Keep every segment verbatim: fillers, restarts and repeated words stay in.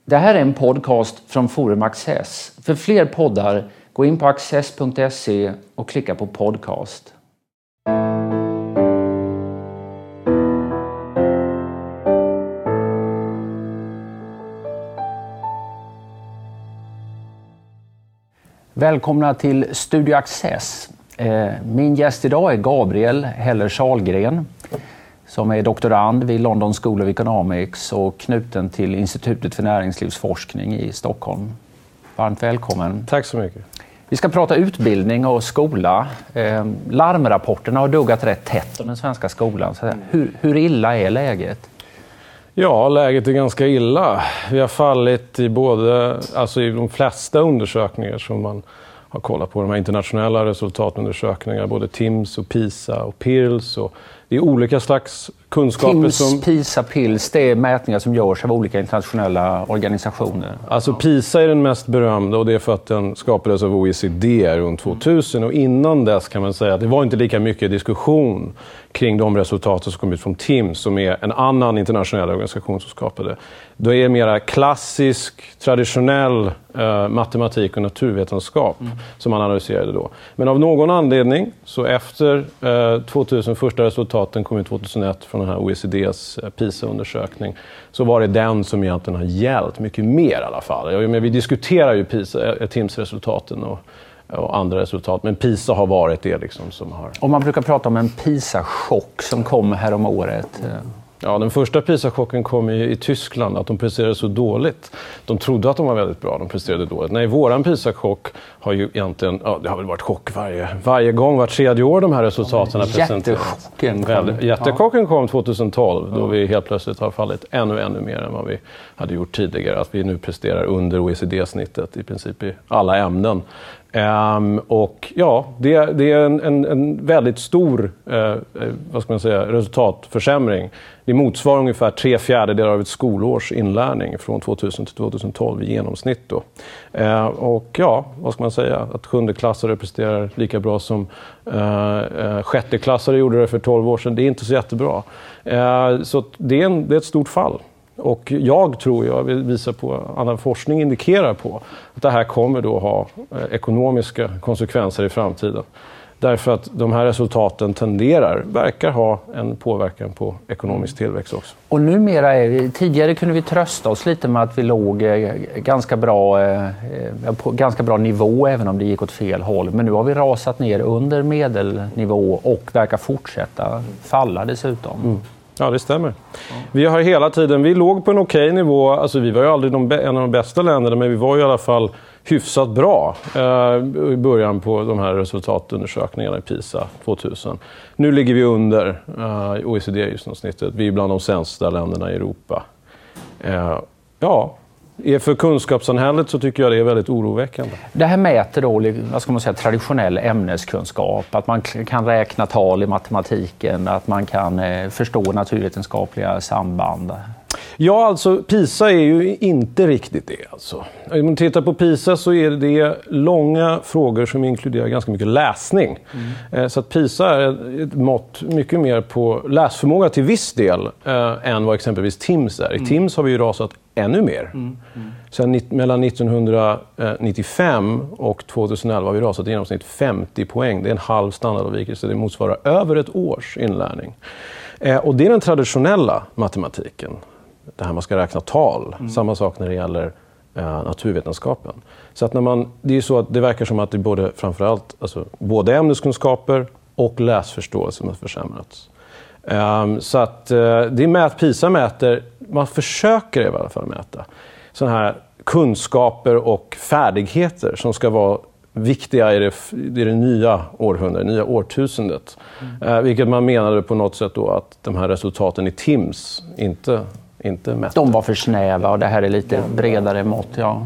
Det här är en podcast från Forum Access. För fler poddar, gå in på access punkt se och klicka på podcast. Välkomna till Studio Access. Min gäst idag är Gabriel Heller Sahlgren, som är doktorand vid London School of Economics och knuten till Institutet för näringslivsforskning i Stockholm. Varmt välkommen. Tack så mycket. Vi ska prata utbildning och skola. Larmrapporterna har duggat rätt tätt om den svenska skolan. Så hur, hur illa är läget? Ja, läget är ganska illa. Vi har fallit i både, alltså i de flesta undersökningar som man har kollat på, de här internationella resultatundersökningar, både TIMSS och PISA och PIRLS, och det är olika slags kunskaper. TIMSS, som... PISA, PIRLS, det är mätningar som görs av olika internationella organisationer. Alltså PISA är den mest berömda, och det är för att den skapades av O E C D runt tvåtusen, och innan dess kan man säga att det var inte lika mycket diskussion kring de resultat som kom ut från TIMSS, som är en annan internationell organisation som skapade. Då är det mera klassisk, traditionell eh, matematik och naturvetenskap mm. som man analyserade då. Men av någon anledning, så efter eh, tvåtusen, första resultaten kom ut tvåtusenett från den här O E C D:s eh, PISA-undersökning, så var det den som egentligen har gällt mycket mer i alla fall. Ja, men vi diskuterar ju PISA, eh, TIMSS-resultaten och och andra resultat, men PISA har varit det liksom som har... Och man brukar prata om en PISA-chock som kom här om året. Ja, den första PISA-chocken kom i, i Tyskland, att de presterade så dåligt. De trodde att de var väldigt bra, de presterade dåligt. Nej, våran PISA-chock har ju egentligen, ja, det har väl varit chock varje, varje gång, vart tredje år de här resultaten har presenterats. Jättechocken kom. Jättechocken kom tjugotolv, då vi helt plötsligt har fallit ännu, ännu mer än vad vi hade gjort tidigare. Att vi nu presterar under O E C D-snittet i princip i alla ämnen. Um, och ja, det, det är en, en, en väldigt stor eh, vad ska man säga, resultatförsämring. Det motsvarar ungefär tre fjärdedelar av ett skolårs inlärning från tvåtusen till tjugotolv i genomsnitt då. Uh, och ja, vad ska man säga, att sjundeklassare presterar lika bra som uh, uh, sjätteklassare gjorde det för tolv år sedan. Det är inte så jättebra. Uh, så det är, en, det är ett stort fall. Och jag tror, jag vill visa på, annan forskning indikerar på att det här kommer då ha ekonomiska konsekvenser i framtiden. Därför att de här resultaten tenderar, verkar ha en påverkan på ekonomisk tillväxt också. Och numera är vi, tidigare kunde vi trösta oss lite med att vi låg ganska bra, på ganska bra nivå även om det gick åt fel håll. Men nu har vi rasat ner under medelnivå och verkar fortsätta falla dessutom. Mm. Ja, det stämmer. Ja. Vi har hela tiden, vi låg på en okej nivå, alltså vi var ju aldrig de, en av de bästa länderna, men vi var ju i alla fall hyfsat bra eh, i början på de här resultatundersökningarna i PISA tvåtusen. Nu ligger vi under eh, O E C D-genomsnittet, vi är bland de sämsta länderna i Europa. Eh, ja, för kunskapssamhället så tycker jag det är väldigt oroväckande. Det här mäter då, vad ska man säga, traditionell ämneskunskap, att man kan räkna tal i matematiken, att man kan förstå naturvetenskapliga samband. Ja, alltså PISA är ju inte riktigt det. Alltså. Om man tittar på PISA så är det långa frågor som inkluderar ganska mycket läsning. Mm. Så att PISA är ett mått mycket mer på läsförmåga till viss del eh, än vad exempelvis TIMSS är. I mm. TIMSS har vi ju rasat ännu mer. Mm. Mm. Sen mellan nittonhundranittiofem och tjugoelva har vi rasat i genomsnitt femtio poäng. Det är en halv standardavvikelse. Det motsvarar över ett års inlärning. Eh, och det är den traditionella matematiken. Det här man ska räkna tal. Mm. Samma sak när det gäller eh, naturvetenskapen. Så att när man, det är ju så att det verkar som att det både framförallt alltså, både ämneskunskaper och läsförståelse som har försämrats. Um, så att uh, det mät, PISA mäter, man försöker i alla fall mäta sådana här kunskaper och färdigheter som ska vara viktiga i det, i det nya århundradet, nya årtusendet. Mm. Uh, vilket man menade på något sätt då att de här resultaten i TIMSS inte, inte mätte. De var för snäva och det här är lite bredare mått, ja.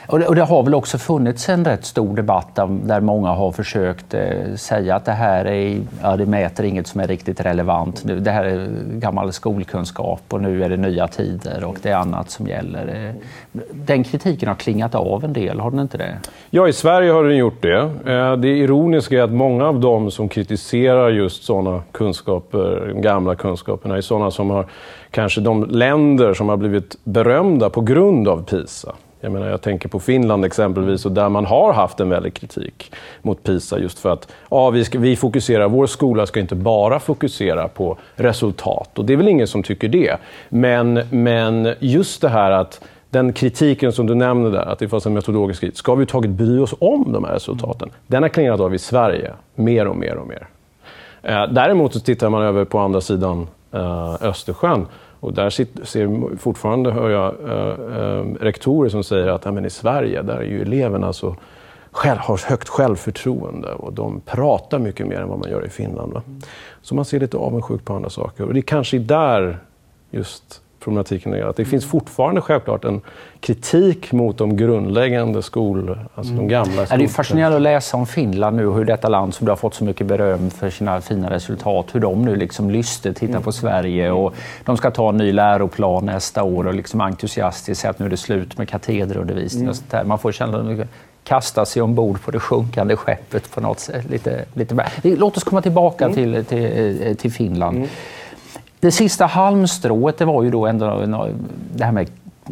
Och det, och det har väl också funnits en rätt stor debatt där många har försökt eh, säga att det här är, ja, det mäter inget som är riktigt relevant. Det här är gammal skolkunskap och nu är det nya tider och det är annat som gäller. Den kritiken har klingat av en del, har den inte det? Ja, i Sverige har den gjort det. Det ironiska är att många av dem som kritiserar just sådana kunskaper, de gamla kunskaperna, är sådana som har kanske de länder som har blivit berömda på grund av PISA. Jag menar, jag tänker på Finland exempelvis, och där man har haft en väldig kritik mot PISA just för att ja, vi, ska, vi fokuserar, vår skola ska inte bara fokusera på resultat. Och det är väl ingen som tycker det. Men, men just det här att den kritiken som du nämnde där, att det fanns en metodologisk kritik, ska vi tagit bry oss om de här resultaten? Den har klingat av i Sverige, mer och mer och mer. Eh, däremot så tittar man över på andra sidan eh, Östersjön. Och där ser fortfarande, hör jag, äh, äh, rektorer som säger att ja, men i Sverige där är ju eleverna så själv, har högt självförtroende och de pratar mycket mer än vad man gör i Finland. Va? Så man ser lite avundsjukt på andra saker. Och det är kanske där just problematiken är. Att det finns fortfarande självklart en kritik mot de grundläggande skol, alltså de gamla. Det är fascinerande att läsa om Finland nu, hur detta land som har fått så mycket beröm för sina fina resultat, hur de nu liksom lyster tittar mm. på Sverige och de ska ta en ny läroplan nästa år och liksom entusiastiskt säga att nu är det slut med katederundervisning mm. och sånt där. Man får känna att kasta sig ombord på det sjunkande skeppet på något sätt. Lite, lite. Låt oss komma tillbaka mm. till, till, till Finland. Mm. Det sista halmstrået, det var ju då ändå det här med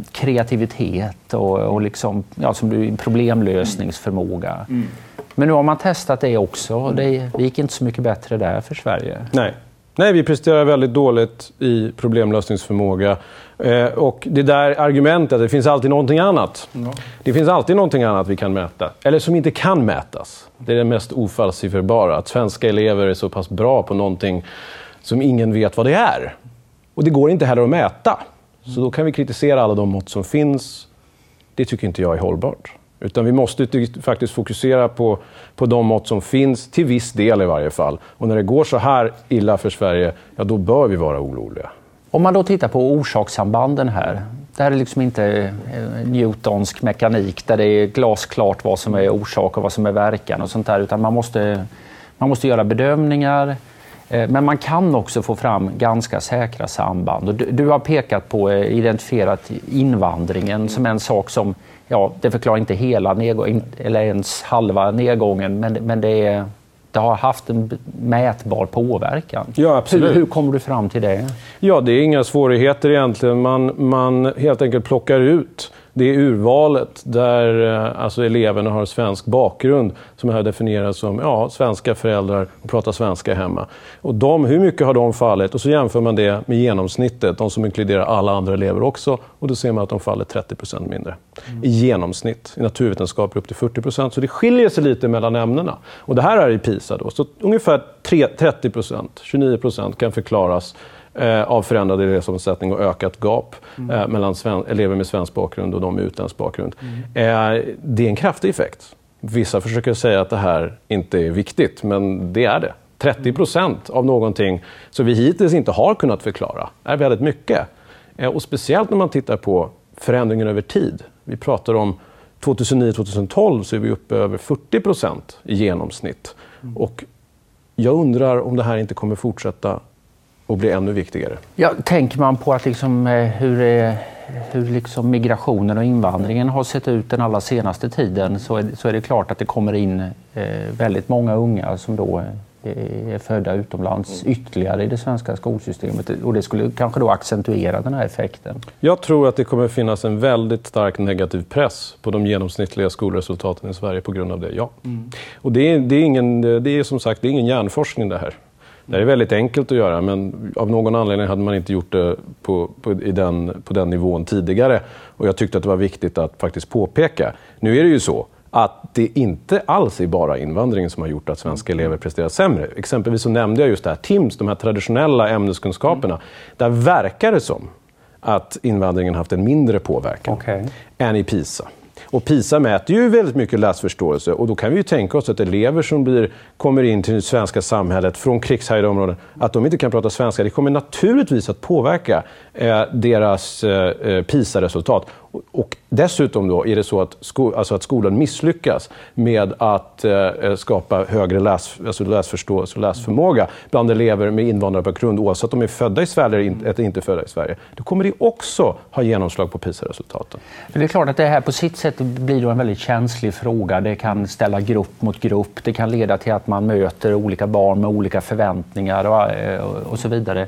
kreativitet och, och liksom, ja, som du, problemlösningsförmåga. Mm. Men nu har man testat det också och det, det gick inte så mycket bättre där för Sverige. Nej, Nej vi presterar väldigt dåligt i problemlösningsförmåga. Eh, och det där argumentet att det finns alltid någonting annat. Mm. Det finns alltid någonting annat vi kan mäta. Eller som inte kan mätas. Det är det mest ofalsifierbara. Att svenska elever är så pass bra på någonting som ingen vet vad det är. Och det går inte heller att mäta. Så då kan vi kritisera alla de mått som finns. Det tycker inte jag är hållbart. Utan vi måste faktiskt fokusera på, på de mått som finns, till viss del i varje fall. Och när det går så här illa för Sverige, ja då bör vi vara oroliga. Om man då tittar på orsakssambanden här. Det här är liksom inte newtonsk mekanik där det är glasklart vad som är orsak och vad som är verkan och sånt där. Utan man måste, man måste göra bedömningar. Men man kan också få fram ganska säkra samband. Du, du har pekat på, identifierat invandringen som en sak som, ja, det förklarar inte hela nedgången, eller ens halva nedgången, men, men det, är, det har haft en mätbar påverkan. Ja, absolut. Hur, hur kommer du fram till det? Ja, det är inga svårigheter egentligen. Man, man helt enkelt plockar ut det urvalet där alltså eleverna har svensk bakgrund som här definieras som ja, svenska föräldrar och pratar svenska hemma. Och de, hur mycket har de fallit? Och så jämför man det med genomsnittet, de som inkluderar alla andra elever också. Och då ser man att de faller trettio procent mindre. Mm. I genomsnitt. I naturvetenskap upp till fyrtio procent. Så det skiljer sig lite mellan ämnena. Och det här är i PISA då. Så ungefär trettio procent, tjugonio procent kan förklaras av förändrad elevsammansättning och ökat gap mm. eh, mellan sven- elever med svensk bakgrund och de med utländsk bakgrund. Mm. Eh, det är en kraftig effekt. Vissa försöker säga att det här inte är viktigt, men det är det. trettio procent av någonting som vi hittills inte har kunnat förklara är väldigt mycket. Eh, och speciellt när man tittar på förändringen över tid. Vi pratar om tjugohundranio till tjugotolv så är vi uppe över fyrtio procent i genomsnitt. Mm. Och jag undrar om det här inte kommer fortsätta och blir ännu viktigare. Ja, tänker man på att liksom, hur, hur liksom migrationen och invandringen har sett ut den allra senaste tiden så är, så är det klart att det kommer in eh, väldigt många unga som då är födda utomlands ytterligare i det svenska skolsystemet och det skulle kanske då accentuera den här effekten. Jag tror att det kommer finnas en väldigt stark negativ press på de genomsnittliga skolresultaten i Sverige på grund av det, ja. Mm. Och det är, det, är ingen, det är som sagt det är ingen hjärnforskning det här. Det är väldigt enkelt att göra, men av någon anledning hade man inte gjort det på, på, i den, på den nivån tidigare. Och jag tyckte att det var viktigt att faktiskt påpeka. Nu är det ju så att det inte alls är bara invandringen som har gjort att svenska elever presterar sämre. Exempelvis så nämnde jag just det här T I M S, de här traditionella ämneskunskaperna. Mm. Där verkar det som att invandringen haft en mindre påverkan okay. än i PISA. Och PISA mäter ju väldigt mycket läsförståelse och då kan vi ju tänka oss att elever som blir, kommer in till det svenska samhället från krigshärjade områden, att de inte kan prata svenska. Det kommer naturligtvis att påverka eh, deras eh, PISA-resultat. Och dessutom då är det så att, sko- alltså att skolan misslyckas med att eh, skapa högre läs- alltså läsförståelse och läsförmåga bland elever med invandrarbakgrund, oavsett om de är födda i Sverige eller inte, eller inte födda i Sverige. Då kommer det också ha genomslag på PISA-resultaten. För det är klart att det här på sitt sätt blir då en väldigt känslig fråga. Det kan ställa grupp mot grupp. Det kan leda till att man möter olika barn med olika förväntningar och, och, och så vidare.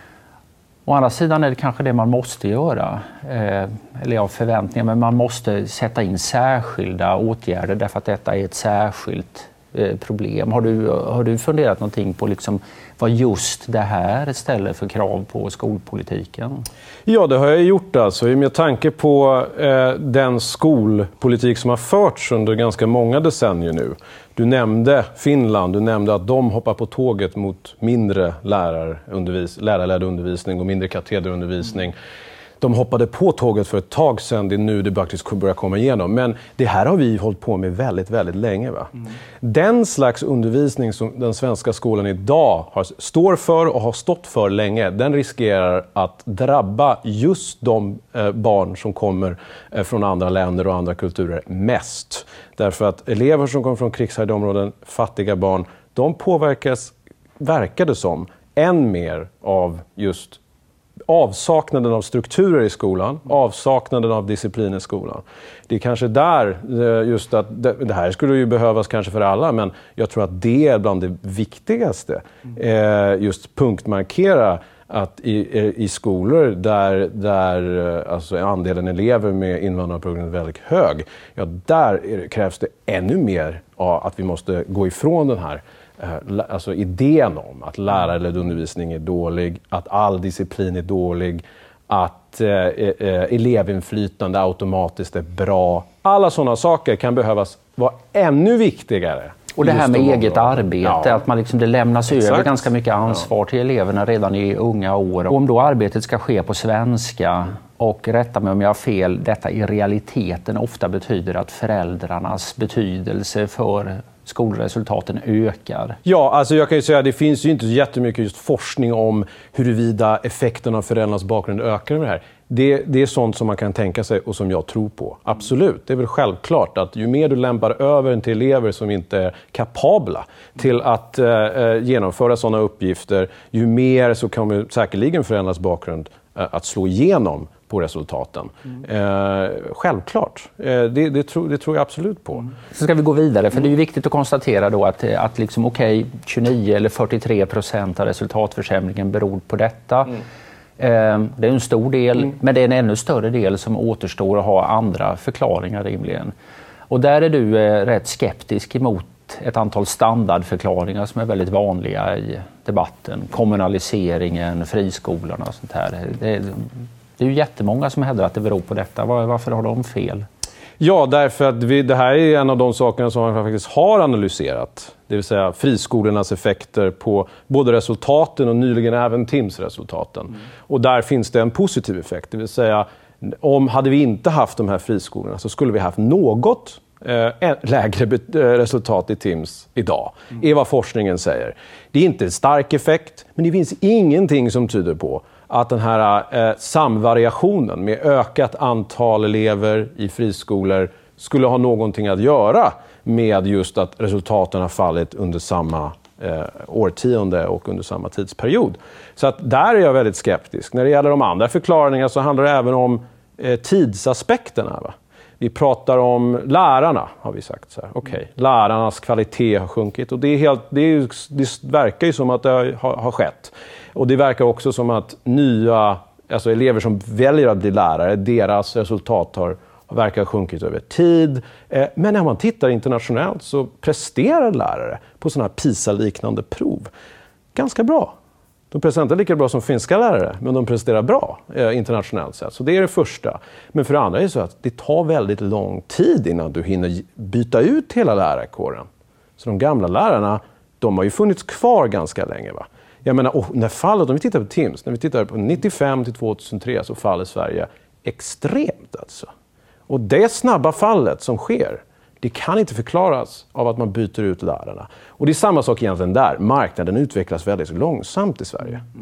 Å andra sidan är det kanske det man måste göra, eh, eller ja, förväntningar, men man måste sätta in särskilda åtgärder därför att detta är ett särskilt eh, problem. Har du, har du funderat någonting på liksom vad just det här ställer för krav på skolpolitiken? Ja, det har jag gjort alltså. Med tanke på eh, den skolpolitik som har förts under ganska många decennier nu. Du nämnde Finland, du nämnde att de hoppar på tåget mot mindre lärarundervis- lärarledd undervisning och mindre katederundervisning. De hoppade på tåget för ett tag sedan, det är nu det faktiskt börjar komma igenom. Men det här har vi hållit på med väldigt, väldigt länge. Va? Mm. Den slags undervisning som den svenska skolan idag har, står för och har stått för länge, den riskerar att drabba just de eh, barn som kommer eh, från andra länder och andra kulturer mest. Därför att elever som kommer från krigshärjade områden, fattiga barn, de påverkas, verkar det som, än mer av just avsaknaden av strukturer i skolan, avsaknaden av disciplin i skolan. Det är kanske där, just att det här skulle ju behövas kanske för alla, men jag tror att det är bland det viktigaste. Mm. Just punktmarkera att i, i skolor där, där alltså andelen elever med invandrarbakgrund är väldigt hög, ja, där är det, krävs det ännu mer att vi måste gå ifrån den här alltså idén om att lärarledd undervisning är dålig, att all disciplin är dålig, att eh, eh, elevinflytande automatiskt är bra. Alla sådana saker kan behövas vara ännu viktigare. Och det här med eget arbete, ja. Att man liksom, det lämnas Exakt. över ganska mycket ansvar ja. till eleverna redan i unga år. Och om då arbetet ska ske på svenska, och rätta mig om jag har fel, detta i realiteten ofta betyder att föräldrarnas betydelse för skolresultaten ökar. Ja, alltså jag kan ju säga att det finns ju inte jättemycket just forskning om huruvida effekten av föräldrarnas bakgrund ökar med det här. Det, det är sånt som man kan tänka sig och som jag tror på. Absolut, det är väl självklart att ju mer du lämpar över en till elever som inte är kapabla till att eh, genomföra sådana uppgifter, ju mer så kommer säkerligen föräldrarnas bakgrund eh, att slå igenom på resultaten. Mm. Eh, självklart. Eh, det, det, tro, det tror jag absolut på. Mm. Så ska vi gå vidare, för det är ju viktigt att konstatera då att, att liksom, okej, tjugonio eller fyrtiotre procent av resultatförsämringen beror på detta. Mm. Eh, det är en stor del, mm. men det är en ännu större del som återstår att ha andra förklaringar rimligen. Och där är du eh, rätt skeptisk emot ett antal standardförklaringar som är väldigt vanliga i debatten. Kommunaliseringen, friskolorna och sånt här. Det är, Det är ju jättemånga som hävdar att det beror på detta. Varför har de fel? Ja, därför att vi, det här är en av de sakerna som man faktiskt har analyserat. Det vill säga friskolornas effekter på både resultaten och nyligen även Timss-resultaten. Mm. Och där finns det en positiv effekt. Det vill säga, om hade vi inte haft de här friskolorna så skulle vi haft något eh, lägre resultat i Timss idag. Mm. Är vad forskningen säger. Det är inte en stark effekt, men det finns ingenting som tyder på att den här eh, samvariationen med ökat antal elever i friskolor skulle ha någonting att göra med just att resultaten har fallit under samma eh, årtionde och under samma tidsperiod. Så att där är jag väldigt skeptisk. När det gäller de andra förklaringarna så handlar det även om eh, tidsaspekterna. Va? Vi pratar om lärarna, har vi sagt. Så här. Okej, lärarnas kvalitet har sjunkit och det, är helt, det, är, det verkar ju som att det har, har skett. Och det verkar också som att nya, alltså elever som väljer att bli lärare, deras resultat har, verkar ha sjunkit över tid. Eh, men när man tittar internationellt så presterar lärare på sådana här PISA-liknande prov ganska bra. De presterar inte lika bra som finska lärare, men de presterar bra eh, internationellt sett. Så det är det första. Men för det andra är det så att det tar väldigt lång tid innan du hinner byta ut hela lärarkåren. Så de gamla lärarna, de har ju funnits kvar ganska länge, va? Jag menar, och när fallet, om vi tittar på Timss, när vi tittar på nittiofem till tvåtusentre så faller Sverige extremt alltså. Och det snabba fallet som sker, det kan inte förklaras av att man byter ut lärarna. Och det är samma sak egentligen där. Marknaden utvecklas väldigt långsamt i Sverige. Mm.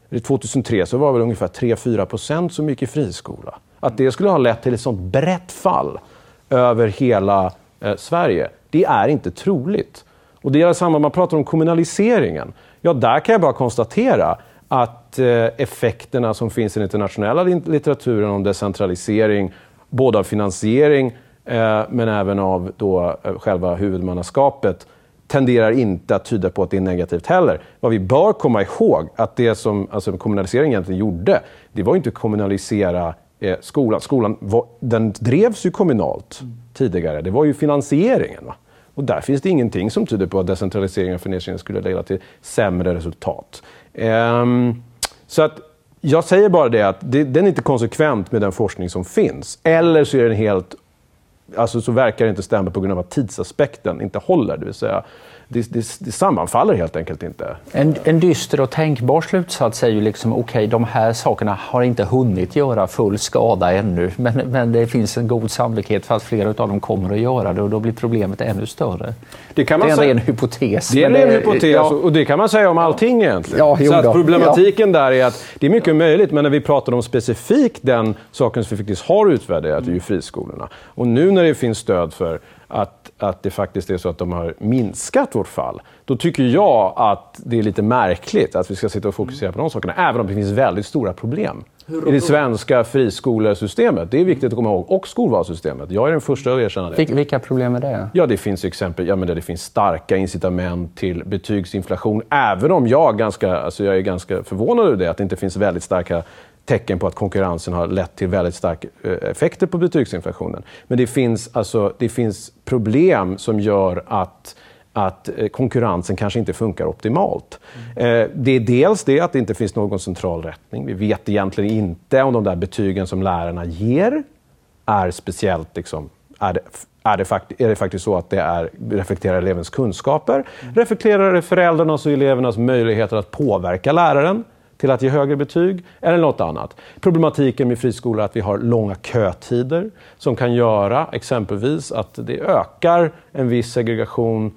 tjugohundratre så var det ungefär tre till fyra procent som gick i friskola. Att det skulle ha lett till ett sånt brett fall över hela eh, Sverige, det är inte troligt. Och det är samma, man pratar om kommunaliseringen. Ja, där kan jag bara konstatera att eh, effekterna som finns i den internationella litteraturen om decentralisering, både av finansiering eh, men även av då, eh, själva huvudmannaskapet, tenderar inte att tyda på att det är negativt heller. Vad vi bör komma ihåg, att det som alltså, kommunaliseringen egentligen gjorde, det var inte att kommunalisera eh, skolan. Skolan var, den drevs ju kommunalt mm. tidigare, det var ju finansieringen, va? Och där finns det ingenting som tyder på att decentraliseringen och finansieringen skulle leda till sämre resultat. Um, så att jag säger bara det att det, den är inte konsekvent med den forskning som finns. Eller så är den helt, alltså så verkar det inte stämma på grund av att tidsaspekten inte håller. Det vill säga, det, det, det sammanfaller helt enkelt inte. En, en dyster och tänkbar slutsats är ju liksom, okej, okay, de här sakerna har inte hunnit göra full skada ännu. Men, men det finns en god sannolikhet för att flera av dem kommer att göra det, och då blir problemet ännu större. Det, kan man det är en säga, ren hypotes. Det är en ren hypotes, ja. Och det kan man säga om allting egentligen. Ja, så att problematiken ja. där är att det är mycket möjligt, men när vi pratar om specifikt den saken som vi faktiskt har utvärderat, är ju friskolorna. Och nu när det finns stöd för att, att det faktiskt är så att de har minskat vårt fall, då tycker jag att det är lite märkligt att vi ska sitta och fokusera på de sakerna, även om det finns väldigt stora problem i det svenska friskolesystemet. Det är viktigt att komma ihåg. Och skolvalssystemet. Jag är den första att erkänna det. Vilka problem är det? Ja, det finns exempel, ja, men det finns starka incitament till betygsinflation. Även om jag, ganska, alltså jag är ganska förvånad över det, att det inte finns väldigt starka tecken på att konkurrensen har lett till väldigt starka effekter på betygsinflationen. Men det finns, alltså, det finns problem som gör att att konkurrensen kanske inte funkar optimalt. Mm. Det är dels det att det inte finns någon central rättning. Vi vet egentligen inte om de där betygen som lärarna ger är speciellt, liksom, är det, är det, fakt- är det faktiskt så att det är, reflekterar elevens kunskaper, mm. reflekterar det föräldrarnas och elevernas möjligheter att påverka läraren till att ge högre betyg, eller något annat. Problematiken med friskolor är att vi har långa kötider som kan göra exempelvis att det ökar en viss segregation.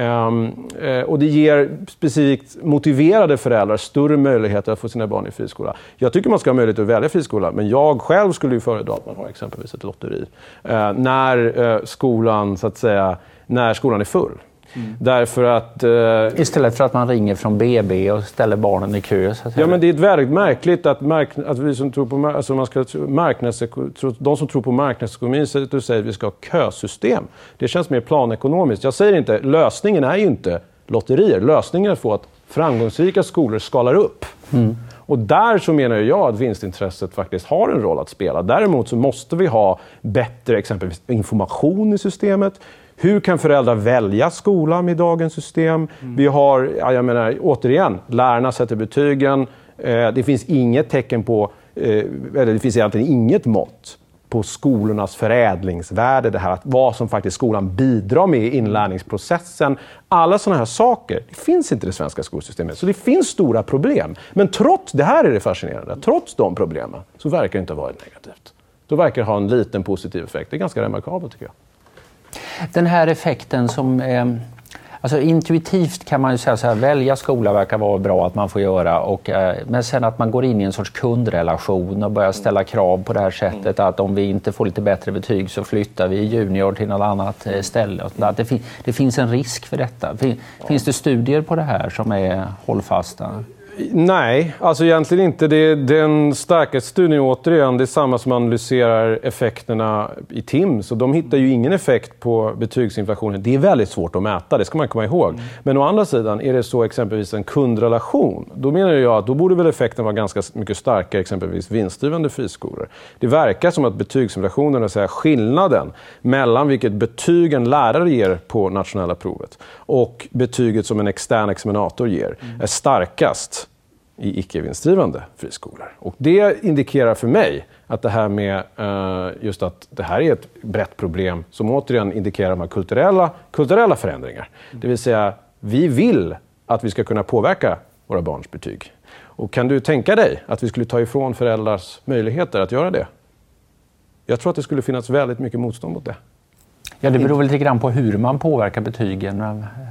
Um, uh, och det ger specifikt motiverade föräldrar större möjligheter att få sina barn i friskola. Jag tycker man ska ha möjlighet att välja friskola, men jag själv skulle ju föredra att man har exempelvis ett lotteri uh, när uh, skolan så att säga när skolan är full. Mm. Därför att uh, istället för att man ringer från B B och ställer barnen i kö, så att ja, men det är väldigt märkligt att, mark- att vi som tror på alltså man ska marknads- de som tror på marknadsekonomin säger att vi ska ha kösystem. Det känns mer planekonomiskt. Jag säger inte, lösningen är ju inte lotterier. Lösningen är att få att framgångsrika skolor skalar upp. Mm. Och där så menar jag att vinstintresset faktiskt har en roll att spela. Däremot så måste vi ha bättre exempelvis information i systemet. Hur kan föräldrar välja skola med dagens system? Mm. Vi har, ja, jag menar, återigen, lärarna sätter betygen. Eh, det finns inget tecken på, eh, eller det finns egentligen inget mått på skolornas förädlingsvärde. Det här att vad som faktiskt skolan bidrar med i inlärningsprocessen. Alla sådana här saker, det finns inte i det svenska skolsystemet. Så det finns stora problem. Men trots, det här är det fascinerande, trots de problemen så verkar det inte vara negativt. Då verkar det ha en liten positiv effekt. Det är ganska remarkabelt tycker jag. Den här effekten som, eh, alltså intuitivt kan man ju säga så här, välja skola verkar vara bra att man får göra, och, eh, men sen att man går in i en sorts kundrelation och börjar ställa krav på det här sättet, att om vi inte får lite bättre betyg så flyttar vi junior till något annat eh, ställe. Att det, fin- det finns en risk för detta. Fin- finns det studier på det här som är hållfasta? Nej, alltså egentligen inte. Det är den starkaste studien återigen, det är samma som analyserar effekterna i T I M. Så de hittar ju ingen effekt på betygsinflationen. Det är väldigt svårt att mäta, det ska man komma ihåg. Mm. Men å andra sidan är det så exempelvis en kundrelation. Då menar jag att då borde väl effekten vara ganska mycket starkare, exempelvis vinstdrivande friskolor. Det verkar som att betygsinflationen, det vill säga skillnaden mellan vilket betyg en lärare ger på nationella provet och betyget som en extern examinator ger, mm. är starkast i icke-vinstdrivande friskolor. Och det indikerar för mig att det här med uh, just att det här är ett brett problem som återigen indikerar de här kulturella, kulturella förändringar. Mm. Det vill säga, vi vill att vi ska kunna påverka våra barns betyg. Och kan du tänka dig att vi skulle ta ifrån föräldrars möjligheter att göra det? Jag tror att det skulle finnas väldigt mycket motstånd mot det. Ja, det beror väl lite grann på hur man påverkar betygen.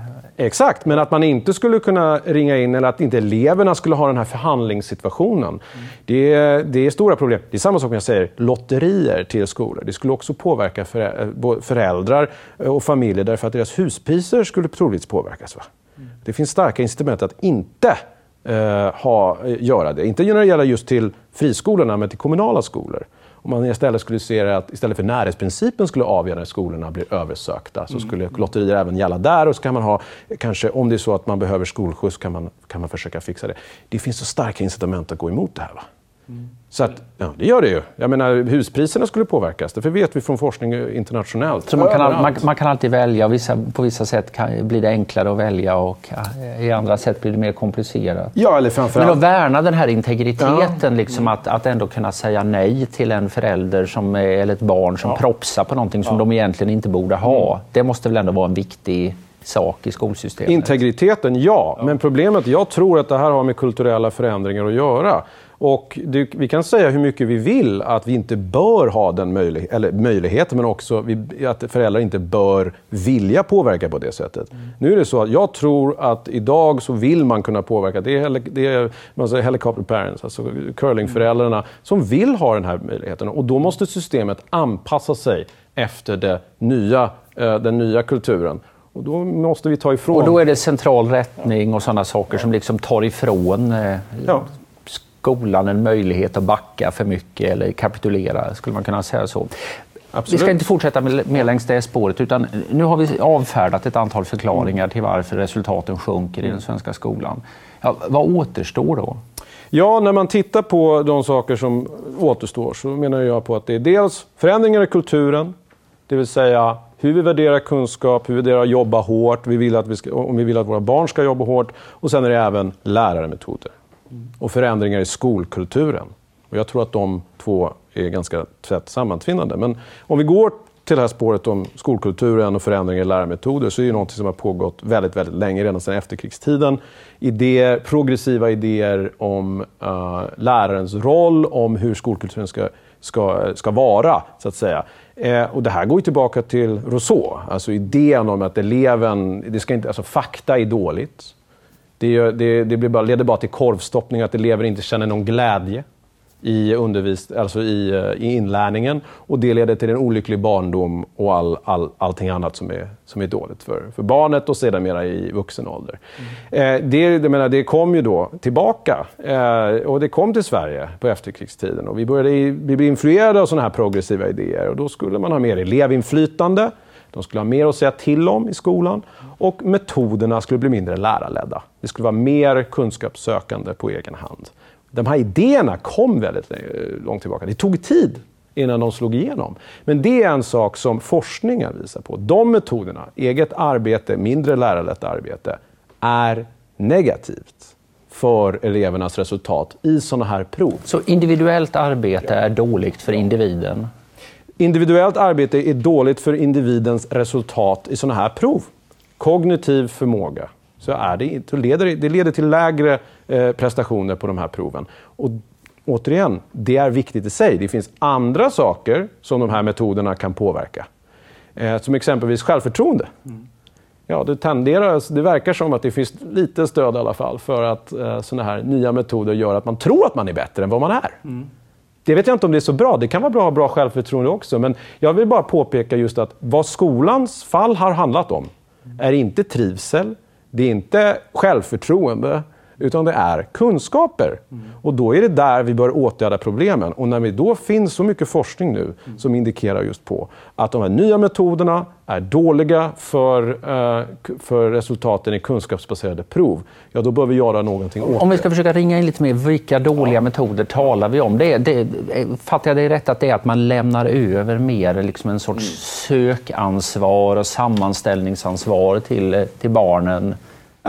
Exakt, men att man inte skulle kunna ringa in eller att inte eleverna skulle ha den här förhandlingssituationen. Mm. Det, är, det är stora problem. Det är samma sak som jag säger, lotterier till skolor. Det skulle också påverka föräldrar och familjer därför att deras huspriser skulle troligtvis påverkas. Va? Mm. Det finns starka incitament att inte uh, ha, göra det. Inte när det gäller just till friskolorna men till kommunala skolor. Om man istället skulle se att istället för närhetsprincipen skulle avgöra när skolorna blir översökta så skulle lotterier även gälla där och så kan man ha, kanske om det är så att man behöver skolskjuts kan man, kan man försöka fixa det. Det finns så starka incitament att gå emot det här va? Mm. Så att, ja, det gör det ju. Jag menar, huspriserna skulle påverkas. Det vet vi från forskning internationellt. Så man kan, all, man, man kan alltid välja. Vissa, på vissa sätt kan, blir det enklare att välja och ja, i andra sätt blir det mer komplicerat. Ja, eller framförallt. Men att värna den här integriteten, ja. liksom att, att ändå kunna säga nej till en förälder som, eller ett barn som ja. propsar på någonting som ja. de egentligen inte borde ha. Mm. Det måste väl ändå vara en viktig sak i skolsystemet. Integriteten, ja. ja. Men problemet, jag tror att det här har med kulturella förändringar att göra. Och det, vi kan säga hur mycket vi vill att vi inte bör ha den möjlighet, eller möjligheten, men också vi, att föräldrar inte bör vilja påverka på det sättet. Mm. Nu är det så att jag tror att idag så vill man kunna påverka. Det är, det är man säger helicopter parents, alltså curlingföräldrarna, mm. som vill ha den här möjligheten. Och då måste systemet anpassa sig efter det nya, den nya kulturen. Och då måste vi ta ifrån. Och då är det central rättning och sådana saker som liksom tar ifrån eh, ja. skolan en möjlighet att backa för mycket eller kapitulera, skulle man kunna säga så. Absolut. Vi ska inte fortsätta med, med längs det spåret, utan nu har vi avfärdat ett antal förklaringar till varför resultaten sjunker i den svenska skolan. Ja, vad återstår då? Ja, när man tittar på de saker som återstår så menar jag på att det är dels förändringar i kulturen, det vill säga hur vi värderar kunskap, hur vi värderar jobba hårt, vi vill att vi ska, om vi vill att våra barn ska jobba hårt. Och sen är det även lärarmetoder och förändringar i skolkulturen. Och jag tror att de två är ganska tätt sammantvinnande. Men om vi går till det här spåret om skolkulturen och förändringar i lärarmetoder så är det något som har pågått väldigt, väldigt länge, redan sedan efterkrigstiden. Idéer, progressiva idéer om uh, lärarens roll, om hur skolkulturen ska, ska, ska vara, så att säga. Eh, och det här går ju tillbaka till Rousseau, alltså idén om att eleven, det ska inte, alltså fakta är dåligt. Det, det, det blir bara, leder bara till korvstoppning, att elever inte känner någon glädje i, undervis, alltså i, i inlärningen. Och det leder till en olycklig barndom och all, all, allting annat som är, som är dåligt för, för barnet och sedan mera i vuxen ålder. Mm. Eh, det, jag menar, det kom ju då tillbaka eh, och det kom till Sverige på efterkrigstiden. Och vi började vi blev influerade av sådana här progressiva idéer och då skulle man ha mer elevinflytande. De skulle ha mer att säga till om i skolan och metoderna skulle bli mindre lärarledda. Det skulle vara mer kunskapssökande på egen hand. De här idéerna kom väldigt långt tillbaka. Det tog tid innan de slog igenom. Men det är en sak som forskningen visar på. De metoderna, eget arbete, mindre lärarlett arbete, är negativt för elevernas resultat i sådana här prov. Så individuellt arbete är dåligt för individen? Individuellt arbete är dåligt för individens resultat i sådana här prov. Kognitiv förmåga. Så är det, så leder, det leder till lägre eh, prestationer på de här proven. Och återigen, det är viktigt i sig. Det finns andra saker som de här metoderna kan påverka. Eh, som exempelvis självförtroende. Mm. Ja, det tenderar, det verkar som att det finns lite stöd i alla fall för att eh, sådana här nya metoder gör att man tror att man är bättre än vad man är. Mm. Det vet jag inte om det är så bra. Det kan vara bra att ha bra självförtroende också. Men jag vill bara påpeka just att vad skolans fall har handlat om är inte trivsel. Det är inte självförtroende, utan det är kunskaper. Mm. Och då är det där vi bör åtgärda problemen. Och när det då finns så mycket forskning nu mm. som indikerar just på att de här nya metoderna är dåliga för, uh, för resultaten i kunskapsbaserade prov, ja då bör vi göra någonting åt det. Om vi ska försöka ringa in lite mer, vilka dåliga ja. metoder talar vi om? Det, det, fattar jag det rätt att det är att man lämnar över mer liksom en sorts mm. sökansvar och sammanställningsansvar till, till barnen? Ja,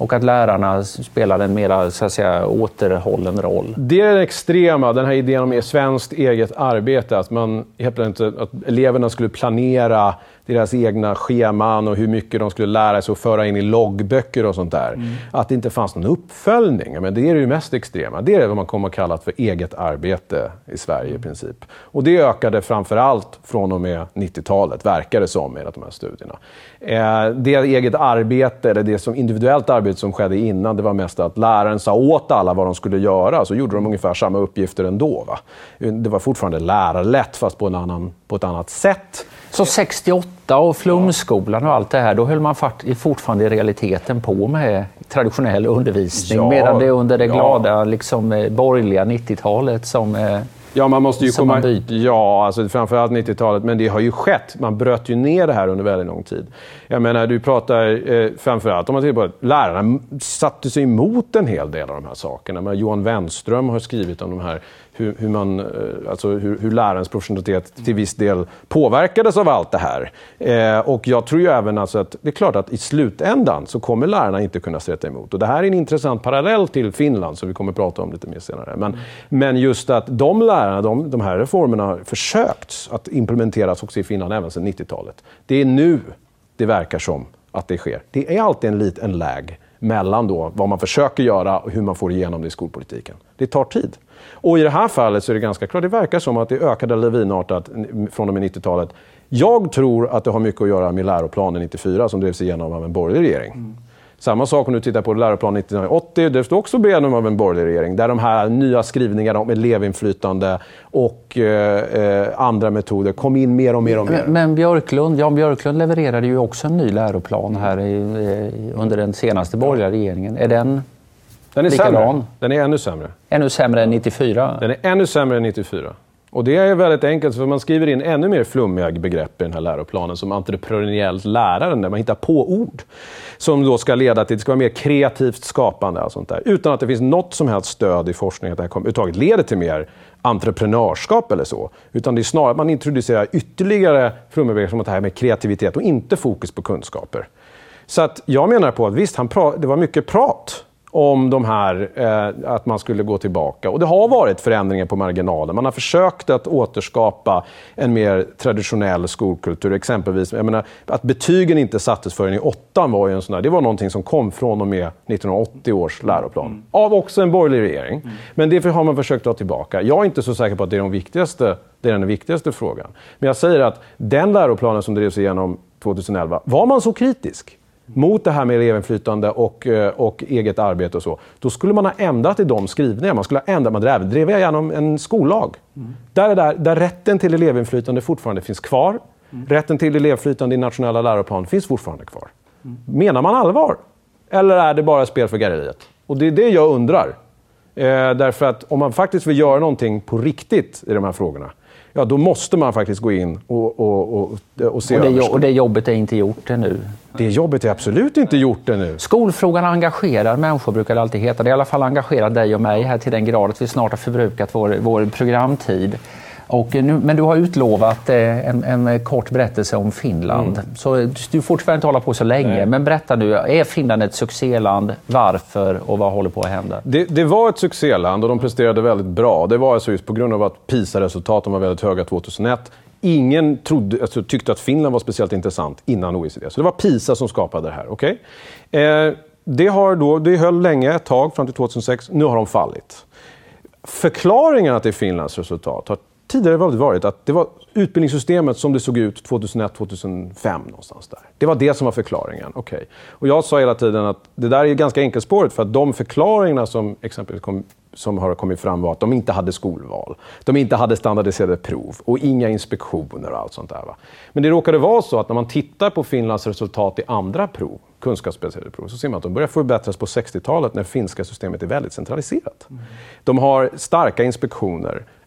och att lärarna spelar en mer så att säga, återhållen roll. Det är det extrema, den här idén om svenskt eget arbete, att, man, att eleverna skulle planera deras egna scheman och hur mycket de skulle lära sig och föra in i loggböcker och sånt där. Mm. Att det inte fanns någon uppföljning. Men det är det ju mest extrema. Det är vad man kommer att kalla för eget arbete i Sverige mm. i princip. Och det ökade framförallt från och med nittiotalet, verkar det som med de här studierna. Eh, det eget arbete, eller det som individuellt arbete som skedde innan, det var mest att läraren sa åt alla vad de skulle göra, så gjorde de ungefär samma uppgifter ändå. Va? Det var fortfarande lärarlätt, fast på, en annan, på ett annat sätt. Så sextioåtta och flumskolan och allt det här, då höll man fortfarande i realiteten på med traditionell undervisning. Ja, medan det under det glada ja. liksom, borgerliga nittiotalet som... Ja, man måste ju komma... Man ja, alltså framförallt nittiotalet, men det har ju skett. Man bröt ju ner det här under väldigt lång tid. Jag menar, du pratar eh, framförallt om man tittar på att lärarna satte sig emot en hel del av de här sakerna. Men Johan Wenström har skrivit om de här, hur, hur, man, alltså hur, hur lärarens professionalitet till viss del påverkades av allt det här. Eh, och jag tror ju även alltså att det är klart att i slutändan så kommer lärarna inte kunna sätta emot. Och det här är en intressant parallell till Finland som vi kommer att prata om lite mer senare. Men, mm. men just att de lärarna, de, de här reformerna har försökt att implementeras också i Finland även sedan nittiotalet. Det är nu det verkar som att det sker. Det är alltid en liten läg mellan då vad man försöker göra och hur man får igenom det i skolpolitiken. Det tar tid. Och i det här fallet så är det ganska klart, det verkar som att det ökade lavinartat från och med nittiotalet. Jag tror att det har mycket att göra med läroplanen nittiofyra som drevs igenom av en borgerlig regering. Mm. Samma sak om du tittar på läroplanen nittonhundraåttio, det stod också igenom av en borgerlig regering. Där de här nya skrivningarna om elevinflytande och eh, andra metoder kom in mer och mer och mer. Men, men Björklund, Jan Björklund levererade ju också en ny läroplan här i, i, under den senaste borgerliga regeringen. Är den Den är likadan? sämre. Den är ännu sämre. Ännu sämre än nittiofyra? Den är ännu sämre än nittiofyra. Och det är väldigt enkelt, för man skriver in ännu mer flummiga begrepp i den här läroplanen som entreprenöriellt läraren, där man hittar på ord som då ska leda till, det ska vara mer kreativt skapande och sånt där. Utan att det finns något som helst stöd i forskningen att det här överhuvudtaget leder till mer entreprenörskap eller så. Utan det är snarare att man introducerar ytterligare flummiga begrepp som att det här med kreativitet och inte fokus på kunskaper. Så att jag menar på att visst, han pra- det var mycket prat om de här, eh, att man skulle gå tillbaka. Och det har varit förändringar på marginalen. Man har försökt att återskapa en mer traditionell skolkultur. Exempelvis, jag menar, att betygen inte sattes förrän i åttan var ju en sån där, det var någonting som kom från och med nittonhundraåttio års läroplan. Mm. Av också en borgerlig regering. Mm. Men det har man försökt ta tillbaka. Jag är inte så säker på att det är, de viktigaste, det är den viktigaste frågan. Men jag säger att den läroplanen som drevs igenom tjugoelva, var man så kritisk mot det här med elevinflytande och, och eget arbete och så, då skulle man ha ändrat i de skrivningarna. Man skulle ha ändrat, man drev, drev igenom en skollag. Mm. Där, där, där rätten till elevinflytande fortfarande finns kvar. Mm. Rätten till elevinflytande i nationella läroplan finns fortfarande kvar. Mm. Menar man allvar? Eller är det bara spel för galleriet? Och det är det jag undrar. Eh, därför att om man faktiskt vill göra någonting på riktigt i de här frågorna, ja, då måste man faktiskt gå in och, och, och, och se och det, över. och det jobbet är inte gjort ännu. Det jobbet är absolut inte gjort ännu. Skolfrågan engagerar människor, brukar det alltid heta. Det är i alla fall engagerat dig och mig här till den grad att vi snart har förbrukat vår, vår programtid. Och nu, men du har utlovat eh, en, en kort berättelse om Finland. Mm. Så du får tyvärr inte hålla på så länge. Nej. Men berätta nu, är Finland ett succéland? Varför och vad håller på att hända? Det, det var ett succéland och de presterade väldigt bra. Det var alltså just på grund av att PISA-resultaten var väldigt höga tjugohundraett. Ingen trodde, alltså, tyckte att Finland var speciellt intressant innan O E C D. Så det var PISA som skapade det här. Okay? Eh, det, har då, det höll länge, ett tag, fram till tjugohundrasex. Nu har de fallit. Förklaringen till Finlands resultat har tidigare varit att det var utbildningssystemet som det såg ut tjugohundraett tjugohundrafem någonstans där. Det var det som var förklaringen. Okay. Och jag sa hela tiden att det där är ganska enkelspårigt, för att de förklaringarna som exempelvis kom, som har kommit fram var att de inte hade skolval. De inte hade standardiserade prov och inga inspektioner och allt sånt där. Va? Men det råkade vara så att när man tittar på Finlands resultat i andra prov, kunskapsbaserade prov, så ser man att de börjar förbättras på sextiotalet när finska systemet är väldigt centraliserat. Mm. De har starka inspektioner.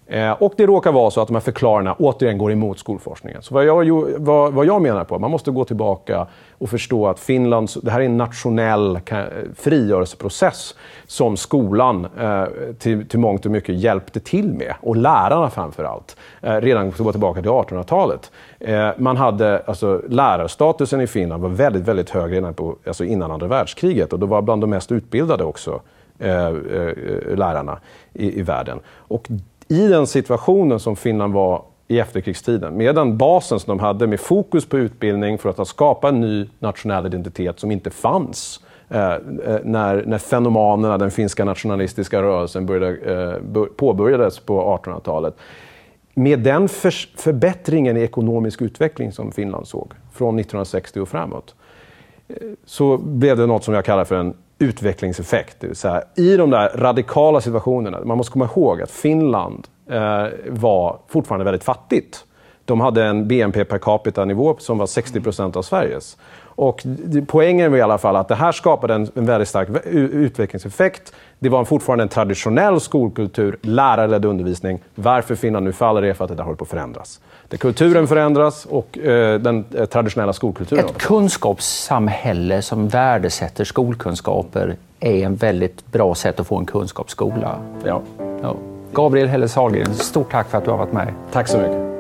Eh, och det råkar vara så att de här förklararna återigen går emot skolforskningen. Så vad jag, vad, vad jag menar på, man måste gå tillbaka och förstå att Finland, det här är en nationell frigörelseprocess som skolan eh, till, till mångt och mycket hjälpte till med, och lärarna framförallt, eh, redan gå tillbaka till artonhundratalet. Eh, man hade, alltså lärarstatusen i Finland var väldigt, väldigt hög redan på, alltså innan andra världskriget, och då var bland de mest utbildade också eh, eh, lärarna i, i världen. Och i den situationen som Finland var i efterkrigstiden, med den basen som de hade med fokus på utbildning för att skapa en ny nationell identitet som inte fanns eh, när, när fenomenerna, den finska nationalistiska rörelsen började, eh, påbörjades på artonhundratalet. Med den för, förbättringen i ekonomisk utveckling som Finland såg från nittonhundrasextio och framåt, eh, så blev det något som jag kallar för en utvecklingseffekt. Det vill säga, i de där radikala situationerna, man måste komma ihåg att Finland eh, var fortfarande väldigt fattigt. De hade en B N P per capita-nivå som var sextio procent av Sveriges. Och poängen var i alla fall att det här skapade en, en väldigt stark utvecklingseffekt. Det var fortfarande en traditionell skolkultur, lärarledd undervisning. Varför Finland nu faller är för att det där håller på att förändras. Det kulturen förändras och eh, den eh, traditionella skolkulturen. Ett kunskapssamhälle som värdesätter skolkunskaper är en väldigt bra sätt att få en kunskapsskola. Ja. Ja. Gabriel Heller Sahlgren, stort tack för att du har varit med. Tack så mycket.